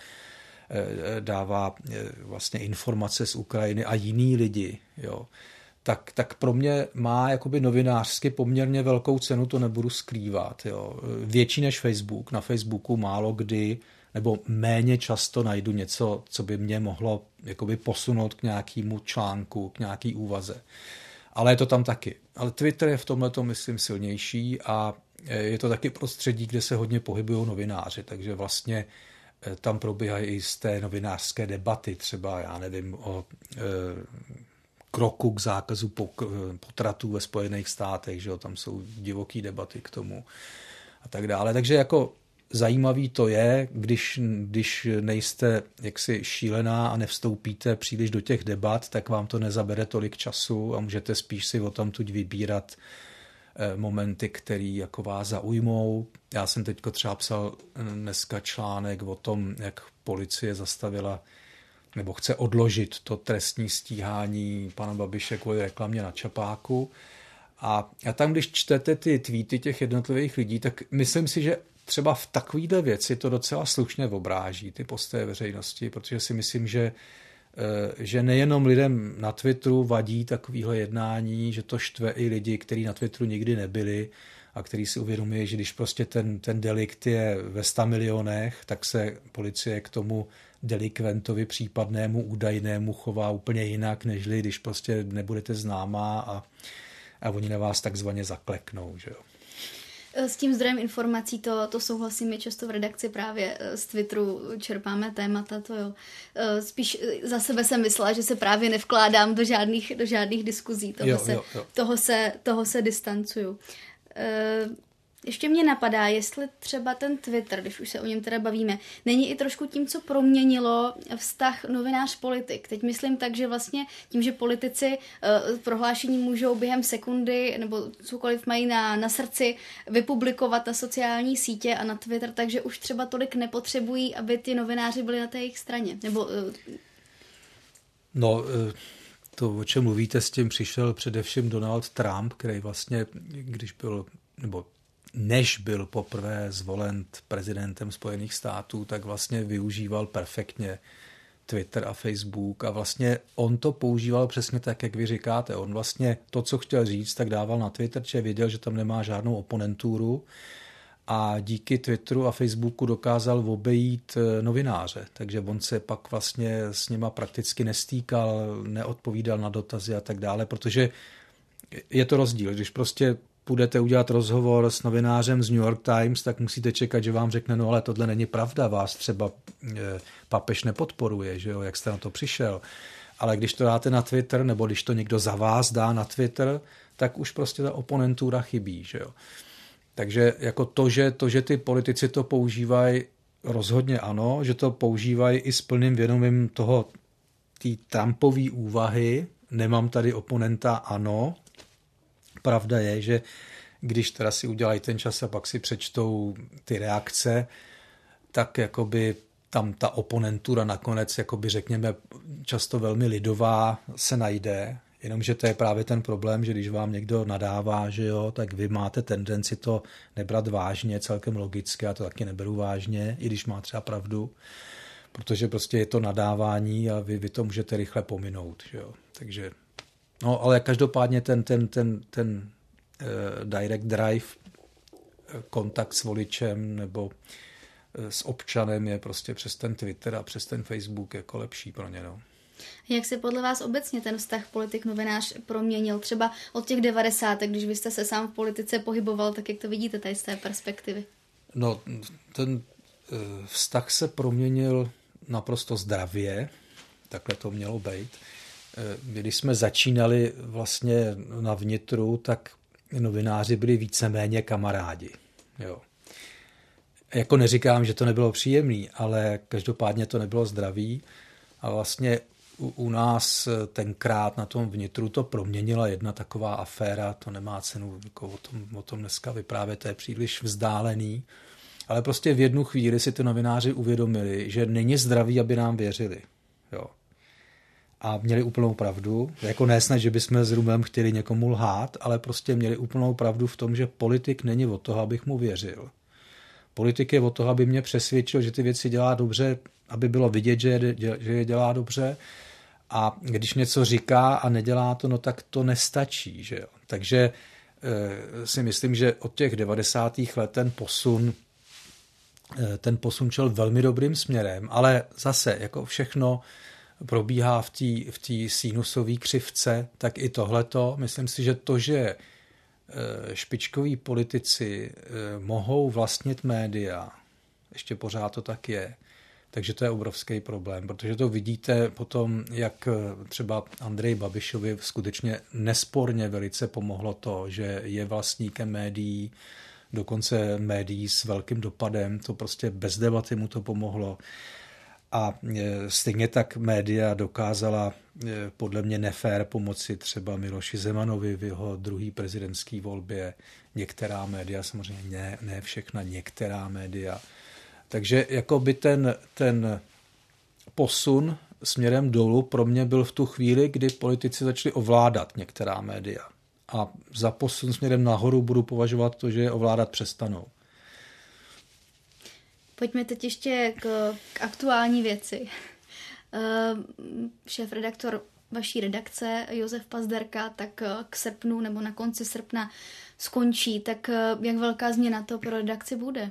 dává vlastně informace z Ukrajiny a jiný lidi, jo. Tak, tak pro mě má jakoby novinářsky poměrně velkou cenu, to nebudu skrývat. Jo. Větší než Facebook, na Facebooku málo kdy nebo méně často najdu něco, co by mě mohlo jakoby posunout k nějakému článku, k nějaký úvaze. Ale je to tam taky. Ale Twitter je v tomhleto, myslím, silnější a je to taky prostředí, kde se hodně pohybují novináři, takže vlastně tam probíhají i z té novinářské debaty, třeba, já nevím, o e, kroku k zákazu potratů ve Spojených státech, že jo, tam jsou divoký debaty k tomu a tak dále. Takže jako zajímavý to je, když, když nejste jaksi šílená a nevstoupíte příliš do těch debat, tak vám to nezabere tolik času a můžete spíš si o tamtud vybírat momenty, které jako vás zaujmou. Já jsem teďko třeba psal dneska článek o tom, jak policie zastavila nebo chce odložit to trestní stíhání pana Babiše kvůli reklamě na čapáku. A, a tam, když čtete ty tweety těch jednotlivých lidí, tak myslím si, že třeba v takovýhle věci to docela slušně obráží ty postoje veřejnosti, protože si myslím, že, že nejenom lidem na Twitteru vadí takovýhle jednání, že to štve i lidi, kteří na Twitteru nikdy nebyli a kteří si uvědomují, že když prostě ten, ten delikt je ve sta milionech, tak se policie k tomu delikventovi případnému údajnému chová úplně jinak, než když prostě nebudete známá a, a oni na vás takzvaně zakleknou, že jo. S tím zdrojem informací to, to souhlasím, my často v redakci právě z Twitteru čerpáme témata, to jo. Spíš za sebe jsem myslela, že se právě nevkládám do žádných, do žádných diskuzí, toho, jo, se, jo, jo. Toho, se, toho se distancuju. Ještě mě napadá, jestli třeba ten Twitter, když už se o něm teda bavíme, není i trošku tím, co proměnilo vztah novinář-politik. Teď myslím tak, že vlastně tím, že politici uh, prohlášení můžou během sekundy nebo cokoliv mají na, na srdci vypublikovat na sociální sítě a na Twitter, takže už třeba tolik nepotřebují, aby ty novináři byli na té jejich straně. Nebo, uh... No, to, o čem mluvíte, s tím přišel především Donald Trump, který vlastně, když byl nebo než byl poprvé zvolen prezidentem Spojených států, tak vlastně využíval perfektně Twitter a Facebook a vlastně on to používal přesně tak, jak vy říkáte. On vlastně to, co chtěl říct, tak dával na Twitter, že věděl, že tam nemá žádnou oponenturu a díky Twitteru a Facebooku dokázal obejít novináře. Takže on se pak vlastně s nima prakticky nestýkal, neodpovídal na dotazy a tak dále, protože je to rozdíl. Když prostě půjdete udělat rozhovor s novinářem z New York Times, tak musíte čekat, že vám řekne, no ale tohle není pravda, vás třeba papež nepodporuje, že jo, jak jste na to přišel. Ale když to dáte na Twitter, nebo když to někdo za vás dá na Twitter, tak už prostě ta oponentura chybí, že jo. Takže jako to, že, to, že ty politici to používají, rozhodně ano, že to používají i s plným vědomím toho, té Trumpové úvahy, nemám tady oponenta, ano. Pravda je, že když teda si udělají ten čas a pak si přečtou ty reakce, tak jakoby tam ta oponentura nakonec, jakoby řekněme, často velmi lidová se najde, jenomže to je právě ten problém, že když vám někdo nadává, že jo, tak vy máte tendenci to nebrat vážně, celkem logicky, já to taky neberu vážně, i když má třeba pravdu, protože prostě je to nadávání a vy, vy to můžete rychle pominout, že jo, takže no, ale každopádně ten, ten, ten, ten uh, direct drive, kontakt s voličem nebo uh, s občanem je prostě přes ten Twitter a přes ten Facebook jako lepší pro ně. No. Jak se podle vás obecně ten vztah politik-novinář proměnil? Třeba od těch devadesátek, když vy jste se sám v politice pohyboval, tak jak to vidíte tady z té perspektivy? No, ten uh, vztah se proměnil naprosto zdravě, takhle to mělo být. Když jsme začínali vlastně na vnitru, tak novináři byli víceméně kamarádi. Jo. Jako neříkám, že to nebylo příjemný, ale každopádně to nebylo zdravý a vlastně u, u nás tenkrát na tom vnitru to proměnila jedna taková aféra, to nemá cenu jako o tom, o tom dneska vyprávět, to je příliš vzdálený, ale prostě v jednu chvíli si ty novináři uvědomili, že není zdravý, aby nám věřili. Jo. A měli úplnou pravdu, jako ne snad, že bychom s rumem chtěli někomu lhát, ale prostě měli úplnou pravdu v tom, že politik není od toho, abych mu věřil. Politik je od toho, aby mě přesvědčil, že ty věci dělá dobře, aby bylo vidět, že je, že je dělá dobře a když něco říká a nedělá to, no tak to nestačí. Že jo? Takže e, si myslím, že od těch devadesátých let ten posun, e, ten posun šel velmi dobrým směrem, ale zase jako všechno probíhá v té v té sinusové křivce, tak i tohleto. Myslím si, že to, že špičkoví politici mohou vlastnit média, ještě pořád to tak je, takže to je obrovský problém, protože to vidíte potom, jak třeba Andreji Babišovi skutečně nesporně velice pomohlo to, že je vlastníkem médií, dokonce médií s velkým dopadem, to prostě bez debaty mu to pomohlo. A stejně tak média dokázala podle mě nefér pomoci třeba Miloši Zemanovi v jeho druhé prezidentské volbě. Některá média, samozřejmě ne, ne všechna, některá média. Takže jakoby ten, ten posun směrem dolů pro mě byl v tu chvíli, kdy politici začali ovládat některá média. A za posun směrem nahoru budu považovat to, že je ovládat přestanou. Pojďme teď ještě k, k aktuální věci. Šéf-redaktor vaší redakce Josef Pazderka tak k srpnu nebo na konci srpna skončí. Tak jak velká změna to pro redakci bude?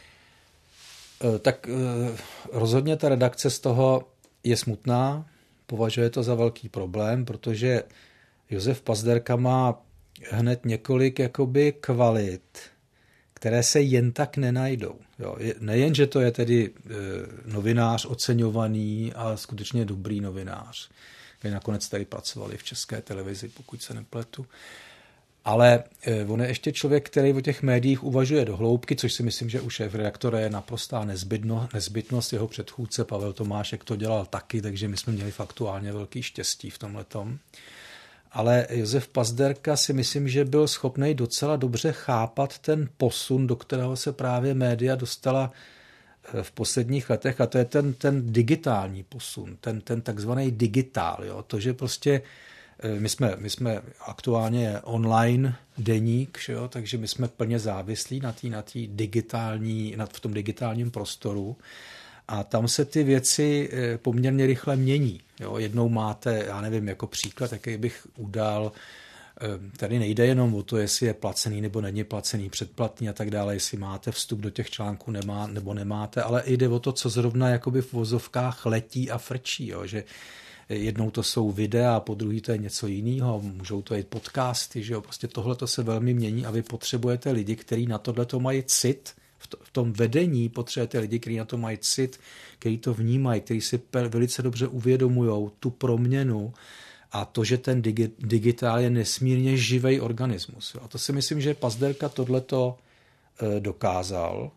Tak rozhodně ta redakce z toho je smutná, považuje to za velký problém, protože Josef Pazderka má hned několik jakoby kvalit, které se jen tak nenajdou. Jo, nejen, že to je tedy e, novinář oceňovaný a skutečně dobrý novinář, který nakonec tady pracovali v České televizi, pokud se nepletu, ale e, on je ještě člověk, který o těch médiích uvažuje do hloubky, což si myslím, že u šéf-redaktora je naprostá nezbytno, nezbytnost. Jeho předchůdce Pavel Tomášek to dělal taky, takže my jsme měli faktuálně velký štěstí v tomhletom. Ale Josef Pazderka si myslím, že byl schopný docela dobře chápat ten posun, do kterého se právě média dostala v posledních letech, a to je ten, ten digitální posun, ten, ten takzvaný digitál. Jo? To, že prostě My jsme, my jsme aktuálně online deník, že jo, takže my jsme plně závislí na té na té digitální, na, v tom digitálním prostoru a tam se ty věci poměrně rychle mění. Jo. Jednou máte, já nevím, jako příklad, jaký bych udal, tady nejde jenom o to, jestli je placený nebo není placený, předplatný a tak dále, jestli máte vstup do těch článků nemá, nebo nemáte, ale jde o to, co zrovna jakoby v vozovkách letí a frčí, jo, že jednou to jsou videa, po druhý to je něco jiného, můžou to být podcasty, že jo, prostě tohle to se velmi mění a vy potřebujete lidi, kteří na tohle to mají cit, v tom vedení potřebujete lidi, kteří na to mají cit, kteří to vnímají, kteří si velice dobře uvědomují tu proměnu a to, že ten digi- digitál je nesmírně živý organismus. A to si myslím, že Pazderka tohleto e, dokázal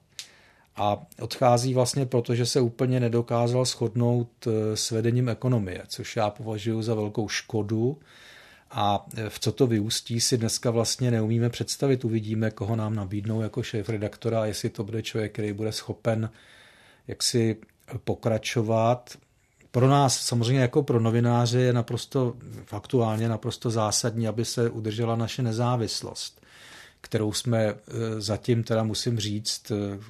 a odchází vlastně proto, že se úplně nedokázal shodnout e, s vedením ekonomie, což já považuji za velkou škodu a v co to vyústí si dneska vlastně neumíme představit. Uvidíme, koho nám nabídnou jako šéfredaktora a jestli to bude člověk, který bude schopen jaksi pokračovat. Pro nás, samozřejmě jako pro novináře, je naprosto aktuálně naprosto zásadní, aby se udržela naše nezávislost, kterou jsme zatím, teda musím říct,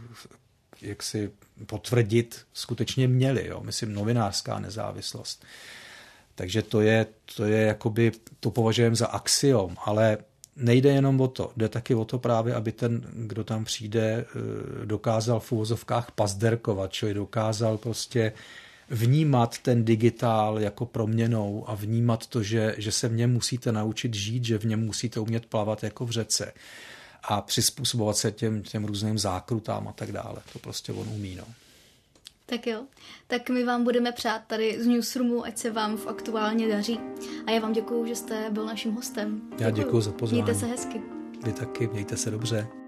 jak si potvrdit, skutečně měli. Jo? Myslím, novinářská nezávislost. Takže to je, to je jakoby, to považujeme za axiom, ale nejde jenom o to. Jde taky o to právě, aby ten, kdo tam přijde, dokázal v uvozovkách pazderkovat, čili dokázal prostě vnímat ten digitál jako proměnou a vnímat to, že, že se v něm musíte naučit žít, že v něm musíte umět plavat jako v řece a přizpůsobovat se těm, těm různým zákrutám a tak dále. To prostě on umí, no. Tak jo, tak my vám budeme přát tady z Newsroomu, ať se vám v aktuálně daří. A já vám děkuju, že jste byl naším hostem. Já děkuju za pozvání. Mějte se hezky. Vy taky, mějte se dobře.